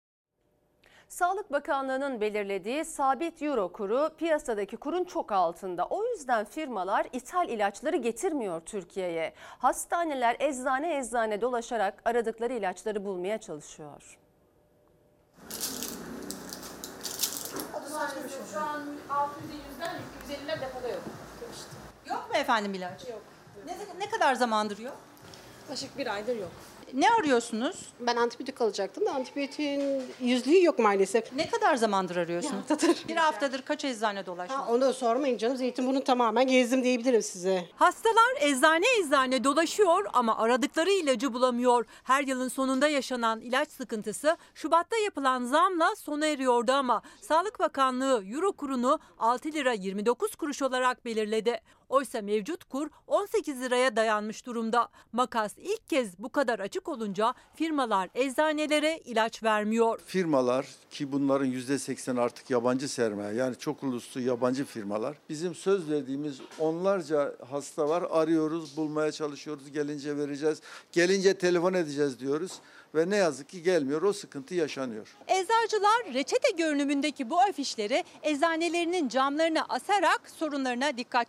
Sağlık Bakanlığı'nın belirlediği sabit euro kuru piyasadaki kurun çok altında. O yüzden firmalar ithal ilaçları getirmiyor Türkiye'ye. Hastaneler eczane eczane dolaşarak aradıkları ilaçları bulmaya çalışıyor. Şu an 600'den 150'ler depoda yok. Yok mu efendim ilaç? Yok. Ne kadar zamandır yok? Yaklaşık bir aydır yok. Ne arıyorsunuz? Ben antibiyotik alacaktım da antibiyotiğin yüzlüğü yok maalesef. Ne kadar zamandır arıyorsunuz? Bir haftadır kaç eczane dolaştınız? Onu da sormayın canım. Zeytinburnu tamamen gezdim diyebilirim size. Hastalar eczane eczane dolaşıyor ama aradıkları ilacı bulamıyor. Her yılın sonunda yaşanan ilaç sıkıntısı Şubat'ta yapılan zamla sona eriyordu ama Sağlık Bakanlığı euro kurunu 6 lira 29 kuruş olarak belirledi. Oysa mevcut kur 18 liraya dayanmış durumda. Makas ilk kez bu kadar açık olunca firmalar eczanelere ilaç vermiyor. Firmalar ki bunların %80 artık yabancı sermaye, yani çok uluslu yabancı firmalar. Bizim söz verdiğimiz onlarca hasta var, arıyoruz, bulmaya çalışıyoruz, gelince vereceğiz, gelince telefon edeceğiz diyoruz. Ve ne yazık ki gelmiyor, o sıkıntı yaşanıyor. Eczacılar reçete görünümündeki bu afişleri eczanelerinin camlarına asarak sorunlarına dikkat çekmeye çalışıyor.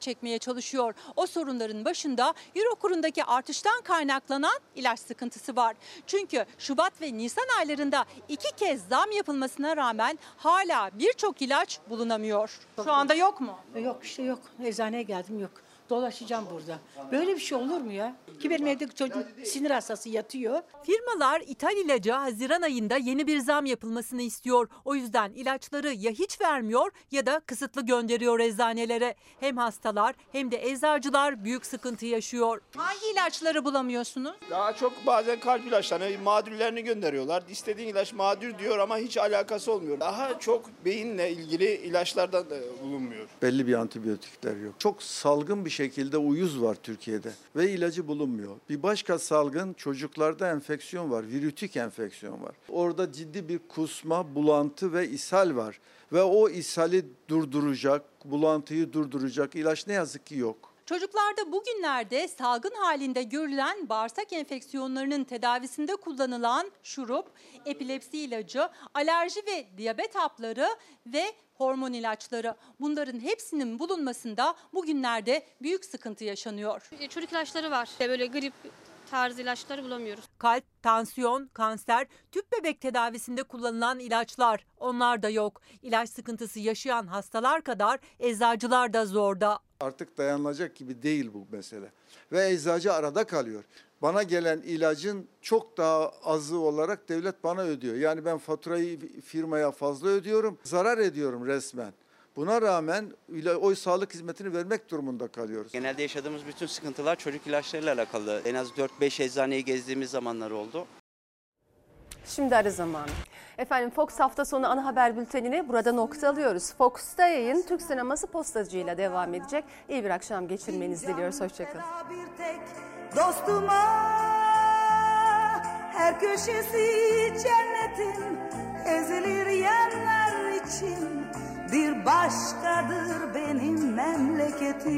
çalışıyor. O sorunların başında euro kurundaki artıştan kaynaklanan ilaç sıkıntısı var. Çünkü Şubat ve Nisan aylarında 2 kez zam yapılmasına rağmen hala birçok ilaç bulunamıyor. Şu anda yok mu? Yok işte yok. Eczaneye geldim yok. Dolaşacağım burada. Böyle bir şey olur mu ya? Ki benim evdeki çocuk sinir hastası yatıyor. Firmalar ithal ilaca Haziran ayında yeni bir zam yapılmasını istiyor. O yüzden ilaçları ya hiç vermiyor ya da kısıtlı gönderiyor eczanelere. Hem hastalar hem de eczacılar büyük sıkıntı yaşıyor. Hangi ilaçları bulamıyorsunuz? Daha çok bazen kalp ilaçlarını, mağdurlarını gönderiyorlar. İstediğin ilaç mağdur diyor ama hiç alakası olmuyor. Daha çok beyinle ilgili ilaçlardan bulunmuyor. Belli bir antibiyotikler yok. Çok salgın bir şekilde uyuz var Türkiye'de ve ilacı bulunmuyor. Bir başka salgın çocuklarda enfeksiyon var, virütik enfeksiyon var. Orada ciddi bir kusma, bulantı ve ishal var. Ve o ishali durduracak, bulantıyı durduracak ilaç ne yazık ki yok. Çocuklarda bugünlerde salgın halinde görülen bağırsak enfeksiyonlarının tedavisinde kullanılan şurup, epilepsi ilacı, alerji ve diyabet hapları ve hormon ilaçları. Bunların hepsinin bulunmasında bugünlerde büyük sıkıntı yaşanıyor. Çocuk ilaçları var. Böyle grip tarzı ilaçları bulamıyoruz. Kalp, tansiyon, kanser, tüp bebek tedavisinde kullanılan ilaçlar, onlar da yok. İlaç sıkıntısı yaşayan hastalar kadar eczacılar da zorda. Artık dayanılacak gibi değil bu mesele. Ve eczacı arada kalıyor. Bana gelen ilacın çok daha azı olarak devlet bana ödüyor. Yani ben faturayı firmaya fazla ödüyorum, zarar ediyorum resmen. Buna rağmen o sağlık hizmetini vermek durumunda kalıyoruz. Genelde yaşadığımız bütün sıkıntılar çocuk ilaçlarıyla alakalı. En az 4-5 eczaneyi gezdiğimiz zamanlar oldu. Şimdi ara zamanı. Efendim Fox hafta sonu ana haber bültenini burada nokta alıyoruz. Fox'ta yayın Türk sineması postacıyla devam edecek. İyi bir akşam geçirmenizi diliyoruz. Hoşçakalın. Dostuma her köşesi cennetin ezilir yerler için bir başkadır benim memleketim.